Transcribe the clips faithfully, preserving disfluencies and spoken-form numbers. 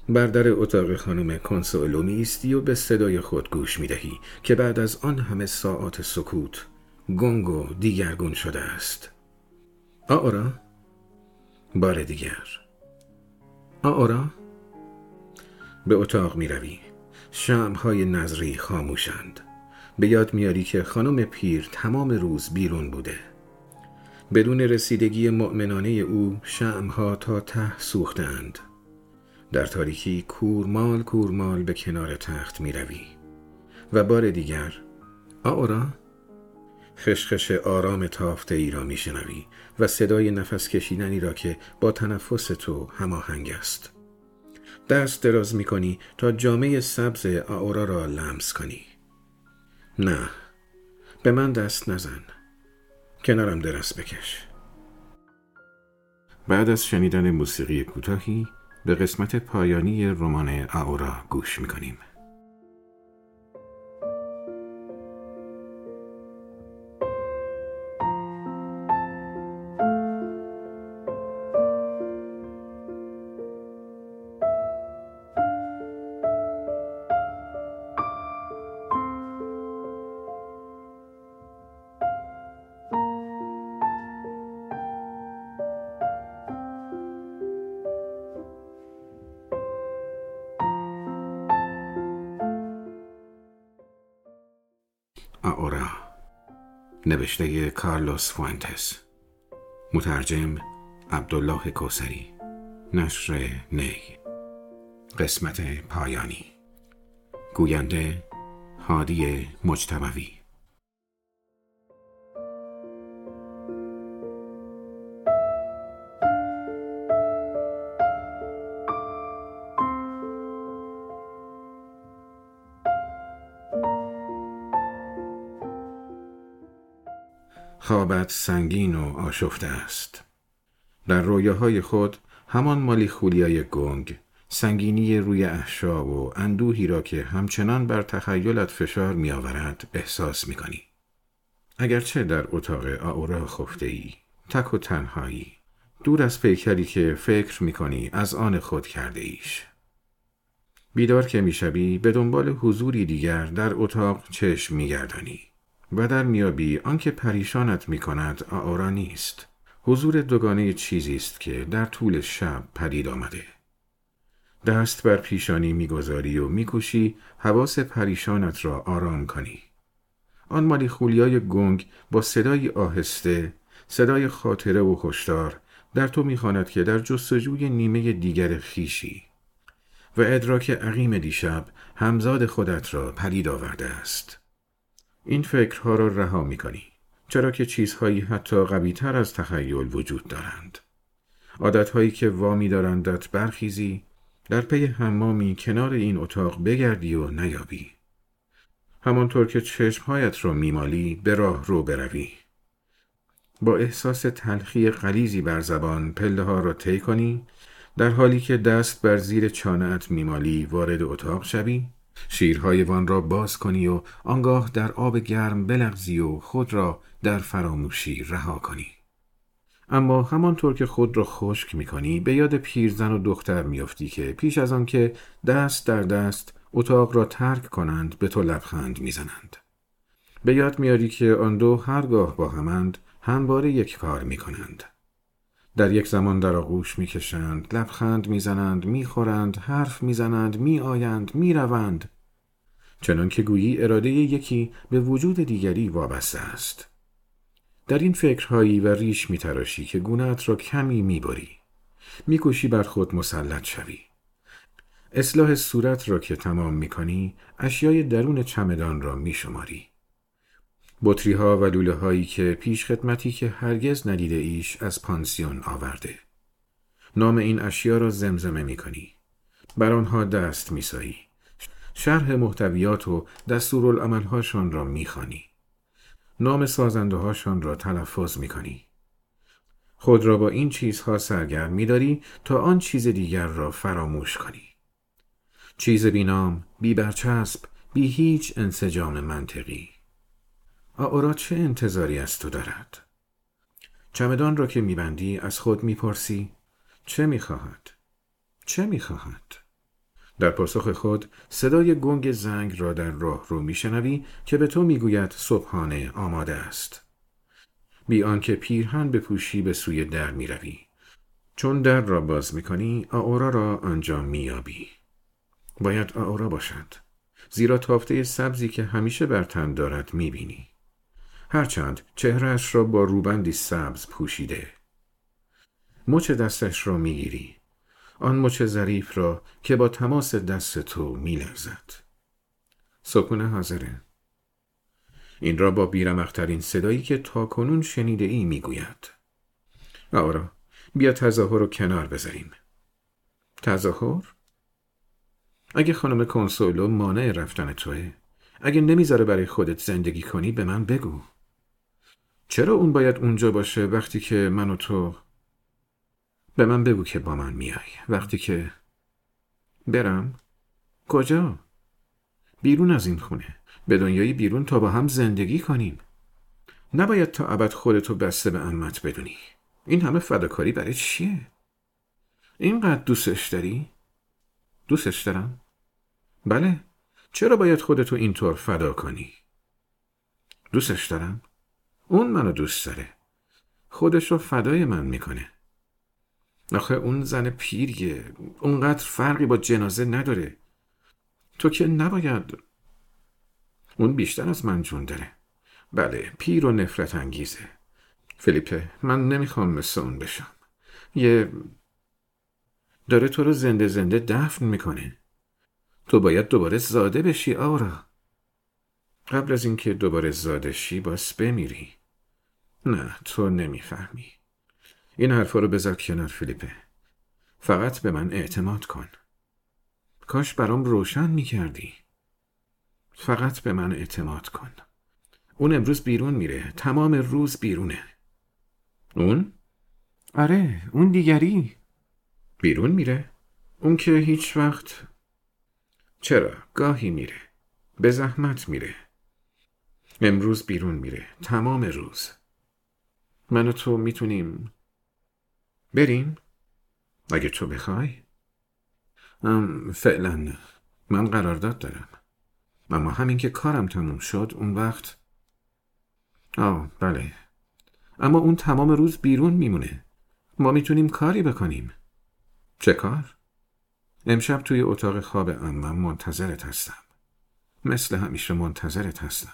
بر در اتاق خانم کنسولو می‌ایستی و به صدای خود گوش می‌دهی که بعد از آن همه ساعات سکوت گنگ و دیگرگون شده است. آورا؟ بار دیگر. آورا؟ به اتاق می‌روی. شمع‌های نظری خاموشند. به یاد میاری که خانم پیر تمام روز بیرون بوده. بدون رسیدگی مؤمنانه او شمع‌ها تا ته سوختند. در تاریکی کورمال کورمال به کنار تخت می روی. و بار دیگر آورا؟ خشخش آرام تافته ای را می شنوی و صدای نفس کشیدنی را که با تنفس تو هماهنگ است. دست دراز می کنی تا جامه سبز آورا را لمس کنی. نه، به من دست نزن. کنارم دراز بکش. بعد از شنیدن موسیقی کوتاهی به قسمت پایانی رمان آورا گوش می‌کنیم. آورا، نوشته کارلوس فوئنتس، مترجم عبدالله کوثری، نشر نی، قسمت پایانی، گوینده هادی مجتبوی. خوابت سنگین و آشفته است. در رویاهای خود همان مالی خولیای گنگ، سنگینی روی احشا و اندوهی را که همچنان بر تخیلت فشار می آورد احساس می کنی. اگرچه در اتاق آورا خفته ای، تک و تنهایی، دور از پیکری که فکر می کنی از آن خود کرده ایش. بیدار که می شوی به دنبال حضوری دیگر در اتاق چشم می گردانی. و در میابی آنکه پریشانت می کند آورا نیست. حضور دوگانه چیزی است که در طول شب پدید آمده. دست بر پیشانی میگذاری و میکوشی حواس پریشانت را آرام کنی. آن مالی خولیای گنگ با صدای آهسته، صدای خاطره و هشدار در تو میخواند که در جستجوی نیمه دیگر خیشی و ادراک عقیم دیشب همزاد خودت را پدید آورده است. این فکرها را رها می کنی، چرا که چیزهایی حتی قوی‌تر از تخیل وجود دارند. عادتهایی که وامی دارندت برخیزی، در پی حمامی کنار این اتاق بگردی و نیابی. همانطور که چشمهایت را میمالی به راه رو بروی. با احساس تلخی غلیظی بر زبان پله ها را طی کنی، در حالی که دست بر زیر چانه‌ات میمالی وارد اتاق شوی، شیرهای وان را باز کنی و آنگاه در آب گرم بلغزی و خود را در فراموشی رها کنی. اما همانطور که خود را خشک می کنی به یاد پیرزن و دختر می افتی که پیش از آن که دست در دست اتاق را ترک کنند به تو لبخند می زنند. به یاد میاری که آن دو هرگاه با همند همواره یک کار می کنند. در یک زمان در آغوش می کشند، لبخند می زنند، می خورند، حرف می زنند، می آیند، می روند. چنان که گویی اراده یکی به وجود دیگری وابسته است. در این فکرهایی و ریش می تراشی که گونه‌ات را کمی می بری. می کوشی بر خود مسلط شوی. اصلاح صورت را که تمام می کنی، اشیای درون چمدان را می شماری. بطری ها و لوله هایی که پیش خدمتی که هرگز ندیده ایش از پانسیون آورده. نام این اشیا را زمزمه می کنی. بر آنها دست می سایی. شرح محتویات و دستورالعمل هاشان را می خوانی. نام سازنده هاشان را تلفظ می کنی. خود را با این چیزها سرگرم می داری تا آن چیز دیگر را فراموش کنی. چیز بی نام، بی برچسب، بی هیچ انسجام منطقی. آورا چه انتظاری از تو دارد؟ چمدان را که میبندی از خود میپرسی چه میخواهد؟ چه میخواهد؟ در پاسخ خود صدای گنگ زنگ را در راه رو میشنوی که به تو میگوید صبحانه آماده است. بی آنکه پیرهن بپوشی به سوی در میروی. چون در را باز میکنی آورا را آنجا میابی. باید آورا باشد، زیرا تافته سبزی که همیشه بر تن دارد میبینی. هرچند چهرهش را با روبندی سبز پوشیده. مچ دستش را میگیری، آن مچ ظریف را که با تماس دست تو میلرزد. صبحونه حاضره. این را با بیرمق‌ترین صدایی که تا کنون شنیده ای میگوید. آورا، بیا تظاهر رو کنار بذاریم. تظاهر؟ اگه خانم کنسولو مانع رفتن توه، اگه نمیذاره برای خودت زندگی کنی به من بگو. چرا اون باید اونجا باشه وقتی که من و تو... به من بگو که با من میای وقتی که... برم؟ کجا؟ بیرون از این خونه، به دنیای بیرون تا با هم زندگی کنیم. نباید تا ابد خودتو بسته به عمت بدونی. این همه فداکاری برای چیه؟ اینقدر دوستش داری؟ دوستش دارم؟ بله، چرا باید خودتو اینطور فدا کنی؟ دوستش دارم؟ اون منو دوست داره. خودش رو فدای من میکنه. آخه اون زن پیریه، اونقدر فرقی با جنازه نداره. تو که نباید... اون بیشتر از من جون داره. بله، پیر و نفرت انگیزه. فلیپه، من نمیخوام مثل اون بشم. یه... داره تو رو زنده زنده دفن میکنه. تو باید دوباره زاده بشی آورا. قبل از اینکه دوباره زاده شی باز بمیری. نه، تو نمیفهمی. این حرفا رو بذار کنار فلیپه. فقط به من اعتماد کن. کاش برام روشن میکردی. فقط به من اعتماد کن. اون امروز بیرون میره. تمام روز بیرونه. اون؟ آره، اون دیگری. بیرون میره؟ اون که هیچ وقت... چرا؟ گاهی میره. به زحمت میره. امروز بیرون میره. تمام روز. من و تو میتونیم... بریم؟ اگه تو بخوای؟ فعلا من قرارداد دارم. اما همین که کارم تموم شد اون وقت... آه بله. اما اون تمام روز بیرون میمونه. ما میتونیم کاری بکنیم. چه کار؟ امشب توی اتاق خواب عمم منتظرت هستم. مثل همیشه منتظرت هستم.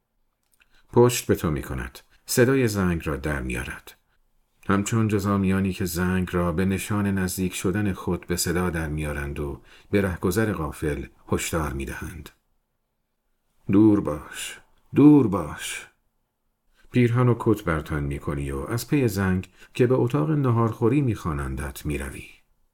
پشت به تو میکند. صدای زنگ را در میارد. همچون جزامیانی که زنگ را به نشان نزدیک شدن خود به صدا در میارند و به رهگذر غافل هشدار میدهند. دور باش، دور باش. پیرهن و کت بر تن میکنی و از پی زنگ که به اتاق نهارخوری میخوانندت میروی.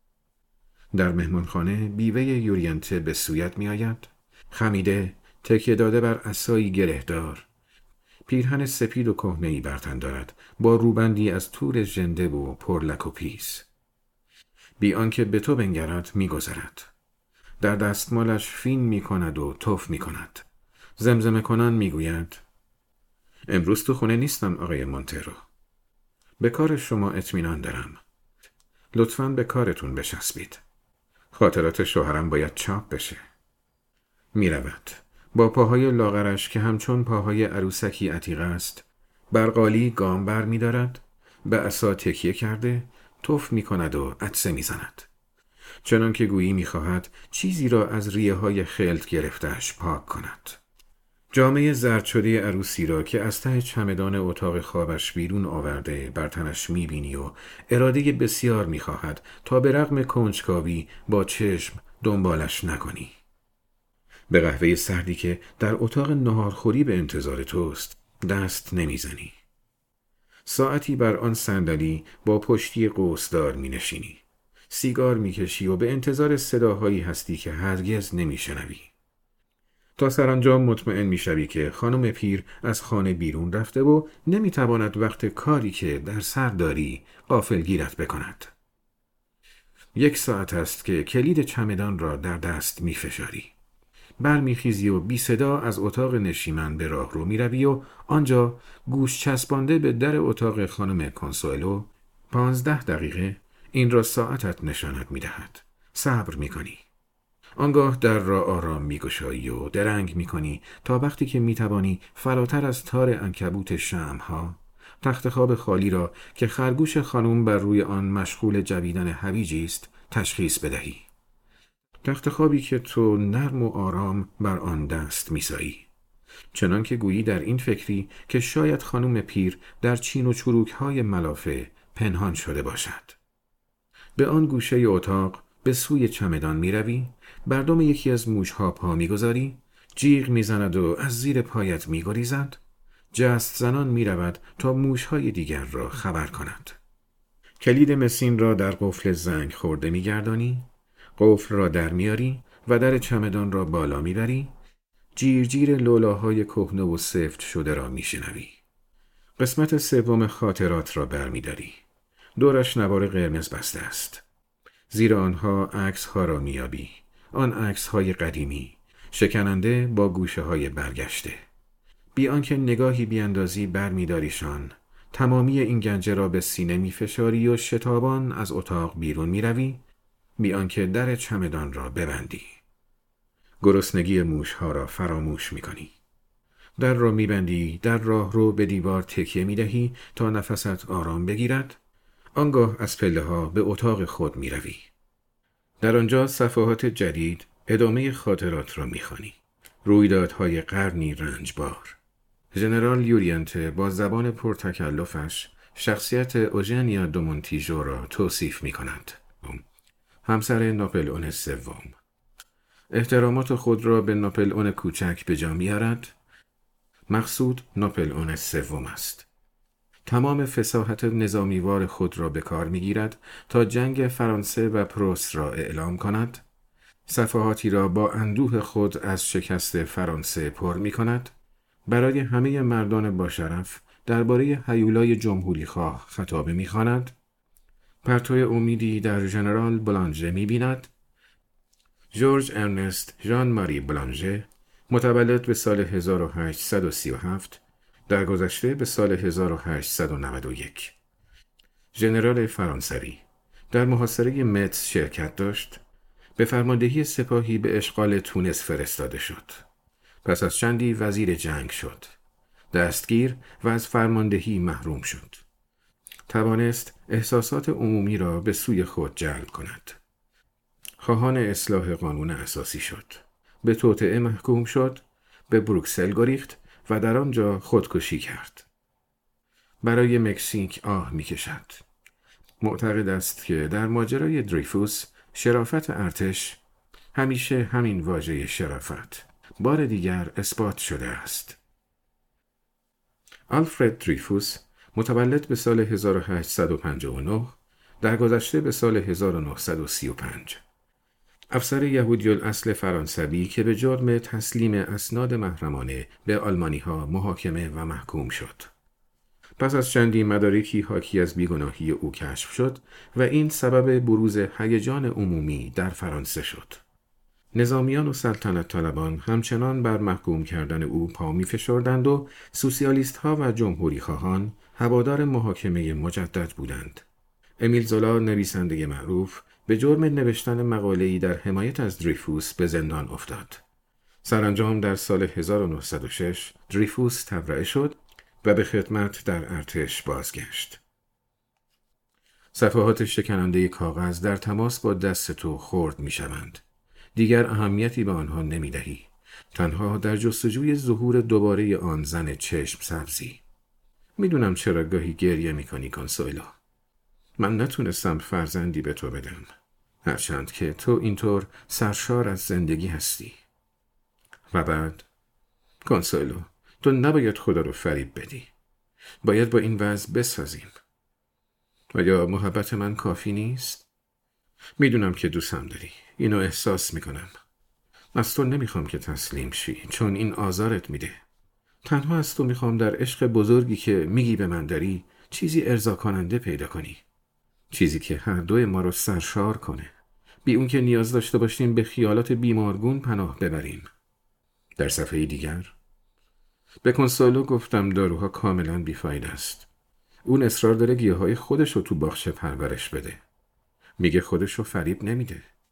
در مهمانخانه بیوه یورینته به سویت میآید، خمیده، تکیه داده بر عصایی گرهدار. پیرهن سپید و کهنه‌ای بر تن دارد با روبندی از تور ژنده و پرلک و پیس. بی آنکه به تو بنگرد میگذرد. در دستمالش فین میکند و تف میکند. زمزمه کنان میگوید: امروز تو خونه نیستم آقای مونترو. به کار شما اطمینان دارم. لطفاً به کارتون بچسبید. خاطرات شوهرم باید چاپ بشه. میرود. با پاهای لاغرش که همچون پاهای عروسکی عتیقه است، برقالی گام بر می دارد، به عصا تکیه کرده، تف می کند و عطسه می زند. چنان که گویی می خواهد چیزی را از ریه های خلط گرفتهش پاک کند. جامعه زرد شده عروسی را که از ته چمدان اتاق خوابش بیرون آورده بر تنش می بینی و اراده بسیار می خواهد تا به رغم کنجکاوی با چشم دنبالش نکنی. به قهوه سردی که در اتاق نهارخوری به انتظار توست دست نمیزنی. ساعتی بر آن صندلی با پشتی قوسدار می نشینی. سیگار می کشی و به انتظار صداهایی هستی که هرگز نمی شنوی. تا سرانجام مطمئن می شوی که خانم پیر از خانه بیرون رفته و نمی تواند وقت کاری که در سر داری غافلگیرت بکند. یک ساعت است که کلید چمدان را در دست می فشاری. برمیخیزی و بی صدا از اتاق نشیمن به راه رو می روی و آنجا گوش چسبانده به در اتاق خانم کنسوئلو پانزده دقیقه این را ساعتت نشانت می دهد. صبر می کنی. آنگاه در را آرام میگشایی و درنگ میکنی تا وقتی که میتوانی فراتر از تار عنکبوت شمعها تخت خواب خالی را که خرگوش خانم بر روی آن مشغول جویدن هویجی است تشخیص بدهی. تخت خوابی که تو نرم و آرام بر آن دست میسایی، چنان که گویی در این فکری که شاید خانم پیر در چین و چروکهای ملافه پنهان شده باشد. به آن گوشه اتاق به سوی چمدان می روی، بر دم یکی از موشها پا می گذاری، جیغ می زند و از زیر پایت می گریزد، جست زنان می رود تا موشهای دیگر را خبر کند. کلید مسین را در قفل زنگ خورده می گردانی، قفل را در میاری و در چمدان را بالا می بری، جیر جیر لولاهای کهنه و سفت شده را می شنوی. قسمت سوم خاطرات را برمی داری. دورش نوار قرمز بسته است. زیر آنها عکس ها را میابی. آن عکس های قدیمی، شکننده با گوشه های برگشته. بی آنکه نگاهی بیاندازی برمیداریشان، تمامی این گنجه را به سینه میفشاری و شتابان از اتاق بیرون میروی، بی آنکه در چمدان را ببندی. گرسنگی موش ها را فراموش میکنی. در را میبندی، در راه رو به دیوار تکیه میدهی تا نفست آرام بگیرد. آنگاه از پله ها به اتاق خود می روی. در آنجا صفحات جدید ادامه خاطرات را می خوانی. رویدادهای قرنی رنجبار. ژنرال یوریانته با زبان پرتکلفش شخصیت اوژنیا دو مونتیژو را توصیف می کند. همسر ناپلئون سوم. احترامات خود را به ناپلئون کوچک به جا می آورد. مقصود ناپلئون سوم است. تمام فصاحت نظامیوار خود را به کار می‌گیرد تا جنگ فرانسه و پروس را اعلام کند، صفحاتی را با اندوه خود از شکست فرانسه پر می‌کند، برای همه مردان با شرف درباره هیولای جمهوری خواه خطابه می‌خواند، پرتوی امیدی در ژنرال بلانژه می‌بیند. ژورژ ارنست ژان ماری بلانژه، متولد به سال هزار و هشتصد و سی و هفت، در گذشته به سال هزار و هشتصد و نود و یک. ژنرال فرانسوی، در محاصره متز شرکت داشت، به فرماندهی سپاهی به اشغال تونس فرستاده شد. پس از چندی وزیر جنگ شد. دستگیر و از فرماندهی محروم شد. توانست احساسات عمومی را به سوی خود جلب کند. خواهان اصلاح قانون اساسی شد. به توطئه محکوم شد، به بروکسل گریخت و در آنجا خودکشی کرد. برای مکزیک آه می‌کشد. معتقد است که در ماجرای دریفوس شرافت ارتش، همیشه همین واژه شرافت، بار دیگر اثبات شده است. آلفرد دریفوس، متولد به سال هزار و هشتصد و پنجاه و نه، در گذشته به سال هزار و نهصد و سی و پنج. افسر یهودی الاصل فرانسوی که به جرم تسلیم اسناد محرمانه به آلمانی‌ها محاکمه و محکوم شد. پس از چندی مدارکی حاکی از بیگناهی او کشف شد و این سبب بروز هیجان عمومی در فرانسه شد. نظامیان و سلطنت طلبان همچنان بر محکوم کردن او پا می فشردند و سوسیالیست ها و جمهوری خواهان هوادار محاکمه مجدد بودند. امیل زولا، نویسنده معروف، به جرم نوشتن مقاله‌ای در حمایت از دریفوس به زندان افتاد. سرانجام در سال هزار و نهصد و شش دریفوس تبرئه شد و به خدمت در ارتش بازگشت. صفحات شکننده کاغذ در تماس با دست تو خرد می شوند. دیگر اهمیتی به آنها نمی دهی. تنها در جستجوی ظهور دوباره آن زن چشم سبزی. می دونم چرا گاهی گریه می کنی کنسولو. من نتونستم فرزندی به تو بدم. هرچند که تو اینطور سرشار از زندگی هستی. و بعد کنسولو، تو نباید خدا رو فریب بدی. باید با این وضع بسازیم. آیا محبت من کافی نیست؟ میدونم که دوستم داری. اینو احساس میکنم. از تو نمیخوام که تسلیم شی، چون این آزارت میده. تنها از تو میخوام در عشق بزرگی که میگی به من داری چیزی ارضا کننده پیدا کنی. چیزی که هر دوی ما رو سرشار کنه. بی اون که نیاز داشته باشیم به خیالات بیمارگون پناه ببریم. در صفحه دیگر به کنسولو گفتم داروها کاملا بیفایده است. اون اصرار داره گیاهای خودش رو تو باغچه پرورش بده. میگه خودش رو فریب نمیده.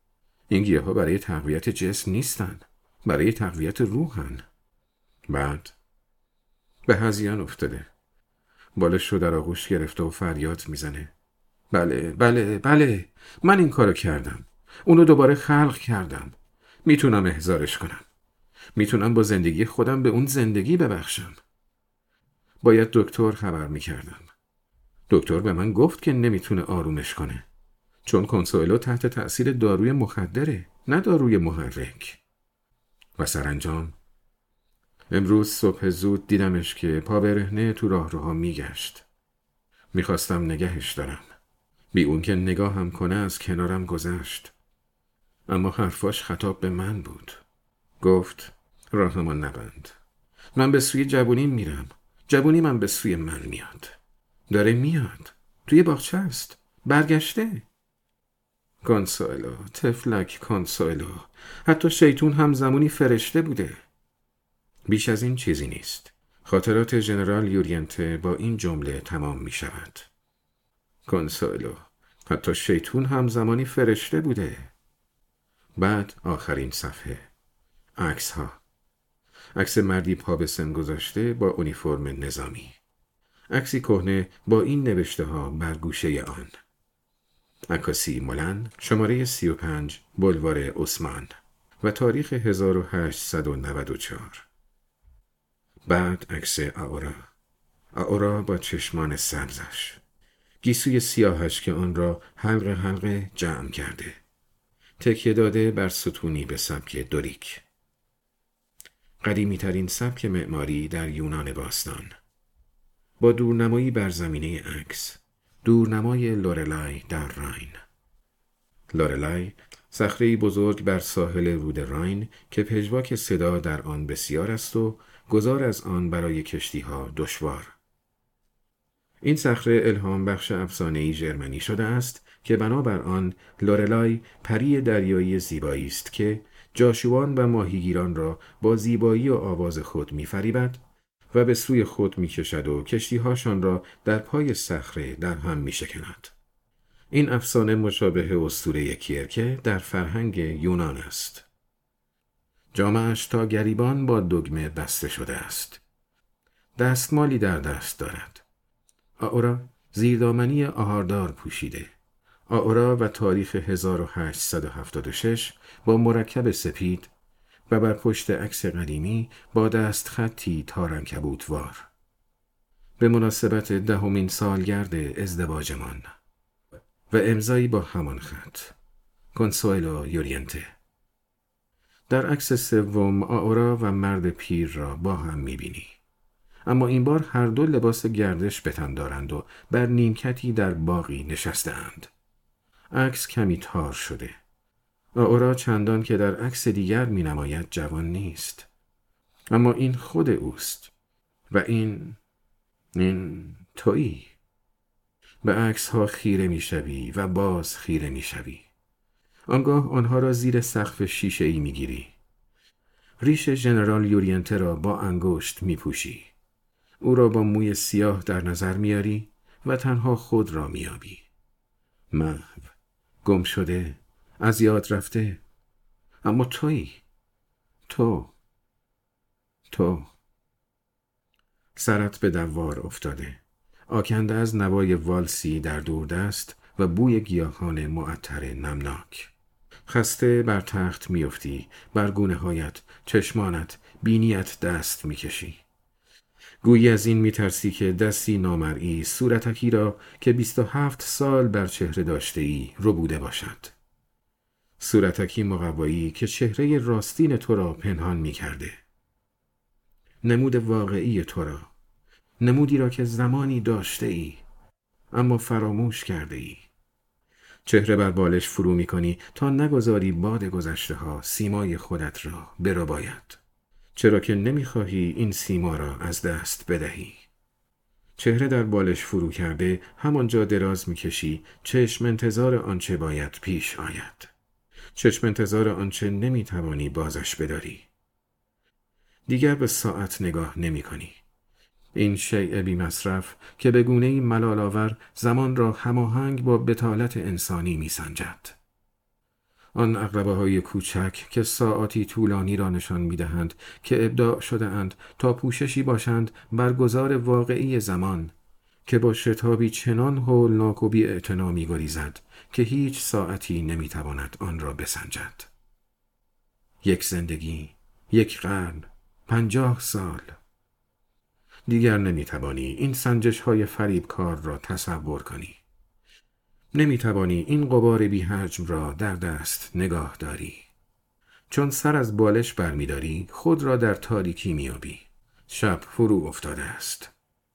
این گیاها برای تقویت جسم نیستن، برای تقویت روحن. بعد به هذیان افتاده. بالش رو در آغوش گرفته و فریاد میزنه. بله بله بله، من این کارو کردم. اونو دوباره خلق کردم. میتونم احضارش کنم. میتونم با زندگی خودم به اون زندگی ببخشم. باید دکتر خبر میکردم. دکتر به من گفت که نمیتونه آرومش کنه، چون کنسوئلو تحت تأثیر داروی مخدره، نه داروی محرک. و سرانجام امروز صبح زود دیدمش که پا برهنه تو راهروها میگشت. میخواستم نگهش دارم. بی اون که نگاهم کنه از کنارم گذشت. اما حرفاش خطاب به من بود. گفت راهمان نبند. من به سوی جوونیم میرم. جوونی من به سوی من میاد. داره میاد. توی باغچه است. برگشته. کنسوئلو، تفلک کنسوئلو. حتی شیطون هم زمانی فرشته بوده. بیش از این چیزی نیست. خاطرات ژنرال یورینته با این جمله تمام می شود. کنسوئلو، حتی شیطون هم زمانی فرشته بوده. بعد آخرین صفحه. عکس ها. عکس مردی پا به سن گذاشته با اونیفرم نظامی. عکسی کهنه با این نوشته ها بر گوشه آن. عکاسی مولن، شماره سی و پنج، بلوار عثمان و تاریخ هزار و هشتصد و نود و چهار. بعد عکس آورا. آورا با چشمان سبزش. گیسوی سیاهش که آن را حلقه حلقه جمع کرده. تکیه داده بر ستونی به سبک دوریک. قدیمی ترین سبک معماری در یونان باستان. با دورنمایی بر زمینه عکس. دورنمای لورلای در راین. لورلای، صخره‌ای بزرگ بر ساحل رود راین که پژواک صدا در آن بسیار است و گذار از آن برای کشتی‌ها دشوار. این صخره الهام بخش افسانه‌ای ژرمنی شده است که بنابر آن لورلای پری دریایی زیبایی است که جاشوان و ماهیگیران را با زیبایی و آواز خود می‌فریبد و به سوی خود می‌کشد و کشتی‌هاشان را در پای صخره در هم می‌شکند. این افسانه مشابه اسطوره کیرکه در فرهنگ یونان است. جامه‌اش تا گریبان با دگمه بسته شده است. دستمالی در دست دارد. آورا زیردامنی آهاردار پوشیده. آورا و تاریخ هزار و هشتصد و هفتاد و شش با مرکب سپید و بر پشت عکس قدیمی با دست خطی تارنکبوتوار. به مناسبت دهمین سالگرد ازدواجمان و امضایی با همان خط. کنسوئلو یورینته. در عکس سوم آورا و مرد پیر را با هم می‌بینی. اما این بار هر دو لباس گردش به تن دارند و بر نیمکتی در باغی نشسته‌اند. عکس کمی تار شده. آورا چندان که در عکس دیگر می‌نماید جوان نیست. اما این خود اوست. و این این تویی. به عکس ها خیره می‌شوی و باز خیره می‌شوی. آنگاه آنها را زیر سقف شیشه‌ای می‌گیری. ریش ژنرال یورینته را با انگشت می‌پوشی. او را با موی سیاه در نظر میاری و تنها خود را میابی. محو، گم شده، از یاد رفته. اما تویی. تو. تو. سرت به دوار افتاده. آکنده از نوای والسی در دوردست و بوی گیاهان معطر نمناک. خسته بر تخت میافتی، بر گونه هایت، چشمانت، بینیت دست میکشی. گویی از این میترسی که دستی نامرئی صورتکی را که بیست و هفت سال بر چهره داشته ای ربوده باشد. صورتکی مقوایی که چهره راستین تو را پنهان میکرده. نمود واقعی تو را. نمودی را که زمانی داشته ای اما فراموش کرده ای. چهره بر بالش فرو میکنی تا نگذاری باد گذشته ها سیمای خودت را برباید. چرا که نمیخواهی این سیما را از دست بدهی. چهره در بالش فرو کرده همانجا دراز میکشی، چشم انتظار آنچه باید پیش آید. چشم انتظار آنچه نمیتوانی بازش بداری. دیگر به ساعت نگاه نمی کنی. این شیء بی مصرف که به گونه‌ای ملال‌آور زمان را هماهنگ با بتالت انسانی می سنجد. آن عقربه‌های کوچک که ساعاتی طولانی را نشان می‌دهند که ابداع شده اند تا پوششی باشند بر گذار واقعی زمان، که با شتابی چنان هولناک و بی‌اعتنا می‌گریزد که هیچ ساعتی نمی‌تواند آن را بسنجد. یک زندگی، یک قرن، پنجاه سال. دیگر نمی‌توانی این سنجش‌های فریبکار را تصور کنی. نمی‌توانی این غبار بی حجم را در دست نگاه داری. چون سر از بالش برمی‌داری، خود را در تاریکی می‌یابی. شب فرو افتاده است.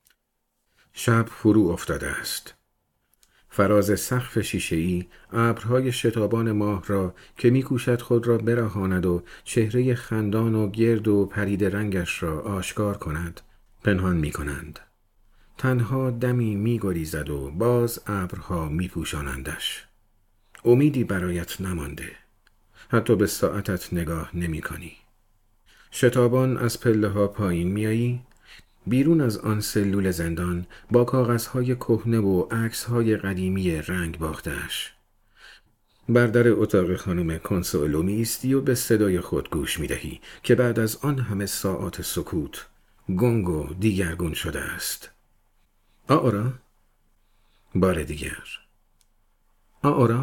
شب فرو افتاده است. فراز سقف شیشه‌ای ابرهای شتابان ماه را که می‌کوشد خود را برهاند و چهره خندان و گرد و پرید رنگش را آشکار کند، پنهان می‌کنند. تنها دمی می‌گریزد و باز ابرها می‌پوشانندش. امیدی برایت نمانده. حتی به ساعتت نگاه نمی‌کنی. شتابان از پله‌ها پایین میایی، بیرون از آن سلول زندان با کاغذهای کهنه و عکس‌های قدیمی رنگ باخته‌اش. بر در اتاق خانم کنسولو می‌ایستی و به صدای خود گوش می‌دهی که بعد از آن همه ساعات سکوت گنگ و دیگرگون شده است. آورا؟ بار دیگر. آورا؟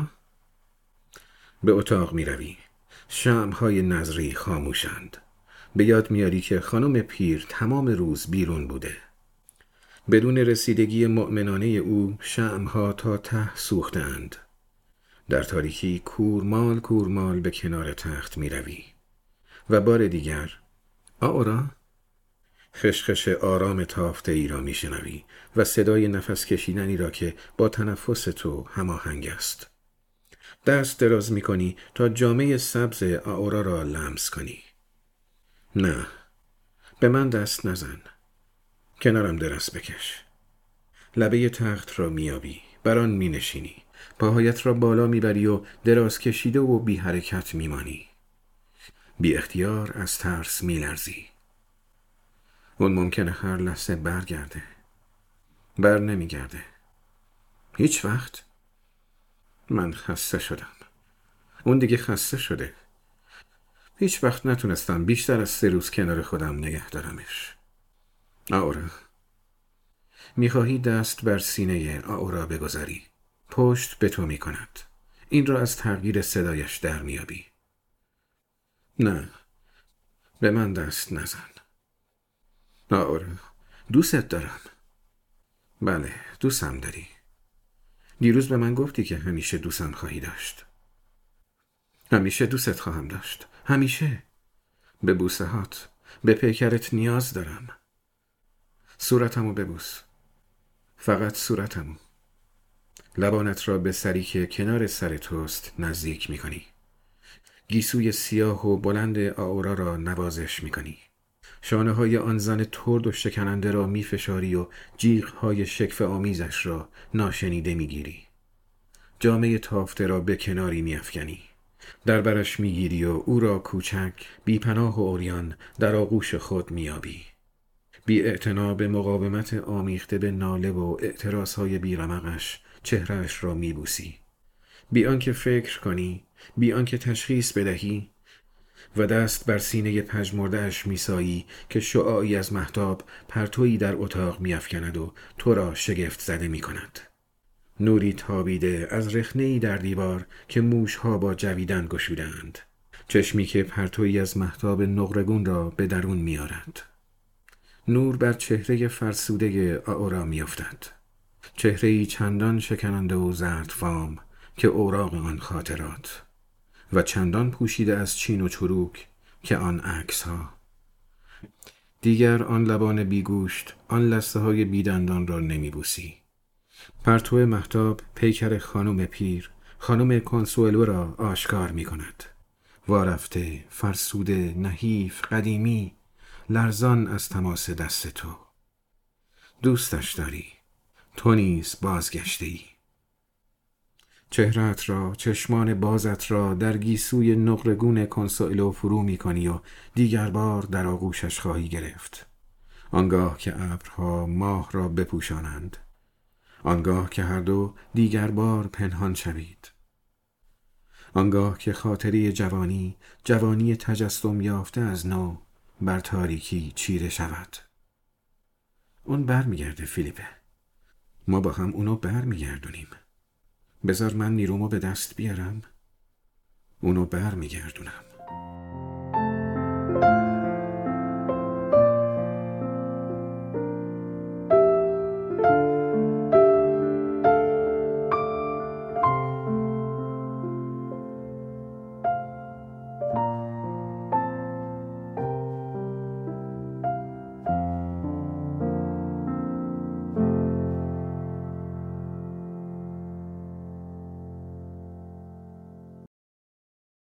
به اتاق می‌روی. شمع‌های نظری خاموشند. به یاد میاری که خانم پیر تمام روز بیرون بوده. بدون رسیدگی مؤمنانه او شمع‌ها تا ته سوختند. در تاریکی کورمال کورمال به کنار تخت میروی و بار دیگر آورا؟ خشخش آرام تافته ای را میشنوی و صدای نفس کشیدنی را که با تنفس تو هماهنگ است. دست دراز میکنی تا جامه سبز آورا را لمس کنی. نه، به من دست نزن. کنارم دراز بکش. لبه تخت را میابی، بر آن مینشینی، پاهایت را بالا میبری و دراز کشیده و بی حرکت میمانی. بی اختیار از ترس میلرزی. اون ممکنه هر لحظه برگرده. بر نمیگرده. هیچ وقت. من خسته شدم. اون دیگه خسته شده. هیچ وقت نتونستم بیشتر از سه روز کنار خودم نگه دارمش. آورا. میخواهی دست بر سینه آورا بگذاری. پشت به تو میکند. این را از تغییر صدایش در میابی. نه. به من دست نزن. آورا. دوستت دارم. بله، دوستم داری. دیروز به من گفتی که همیشه دوستم خواهی داشت. همیشه دوستت خواهم داشت. همیشه. به بوسه هات، به پیکرت نیاز دارم. صورتمو ببوس. فقط صورتمو. لبانت را به سری که کنار سر توست نزدیک میکنی. گیسوی سیاه و بلند آورا را نوازش میکنی. شانه های آن زن ترد و شکننده را میفشاری و جیغ های شکف آمیزش را ناشنیده میگیری. جامه تافته را به کناری میافکنی. در برش میگیری و او را کوچک، بی پناه و عریان در آغوش خود میابی. بی اعتنا به مقاومت آمیخته به ناله و اعتراضهای بیرمقش چهرهش را میبوسی. بی آنکه فکر کنی، بی آنکه تشخیص بدهی، و دست بر سینه پژمرده‌اش میسایی که شعاعی از مهتاب پرتویی در اتاق میافکند و تو را شگفت زده میکند. نوری تابیده از رخنه‌ای در دیوار که موشها با جویدن گشودند. چشمی که پرتویی از مهتاب نقرگون را به درون میارد. نور بر چهره فرسوده آورا میافتد. چهره‌ای چندان شکننده و زردفام که اوراق آن خاطرات و چندان پوشیده از چین و چروک که آن عکس ها. دیگر آن لبان بیگوشت، آن لثه های بیدندان را نمیبوسی. پرتو مهتاب پیکر خانم پیر، خانم کنسولو را آشکار می کند. وارفته، فرسوده، نحیف، قدیمی، لرزان از تماس دست تو. دوستش داری. تو نیز بازگشته ای. چهره‌ات را، چشمان بازت را در گیسوی نقرگون کنسولو فرو می کنی و دیگر بار در آغوشش خواهی گرفت. آنگاه که ابرها ماه را آنگاه که خاطری جوانی، جوانی تجسم یافته از نو بر تاریکی چیره شود. اون بر میگرده فیلیپه. ما با هم اونو بر میگردونیم. بذار من نیرومو به دست بیارم. اونو بر میگردونم.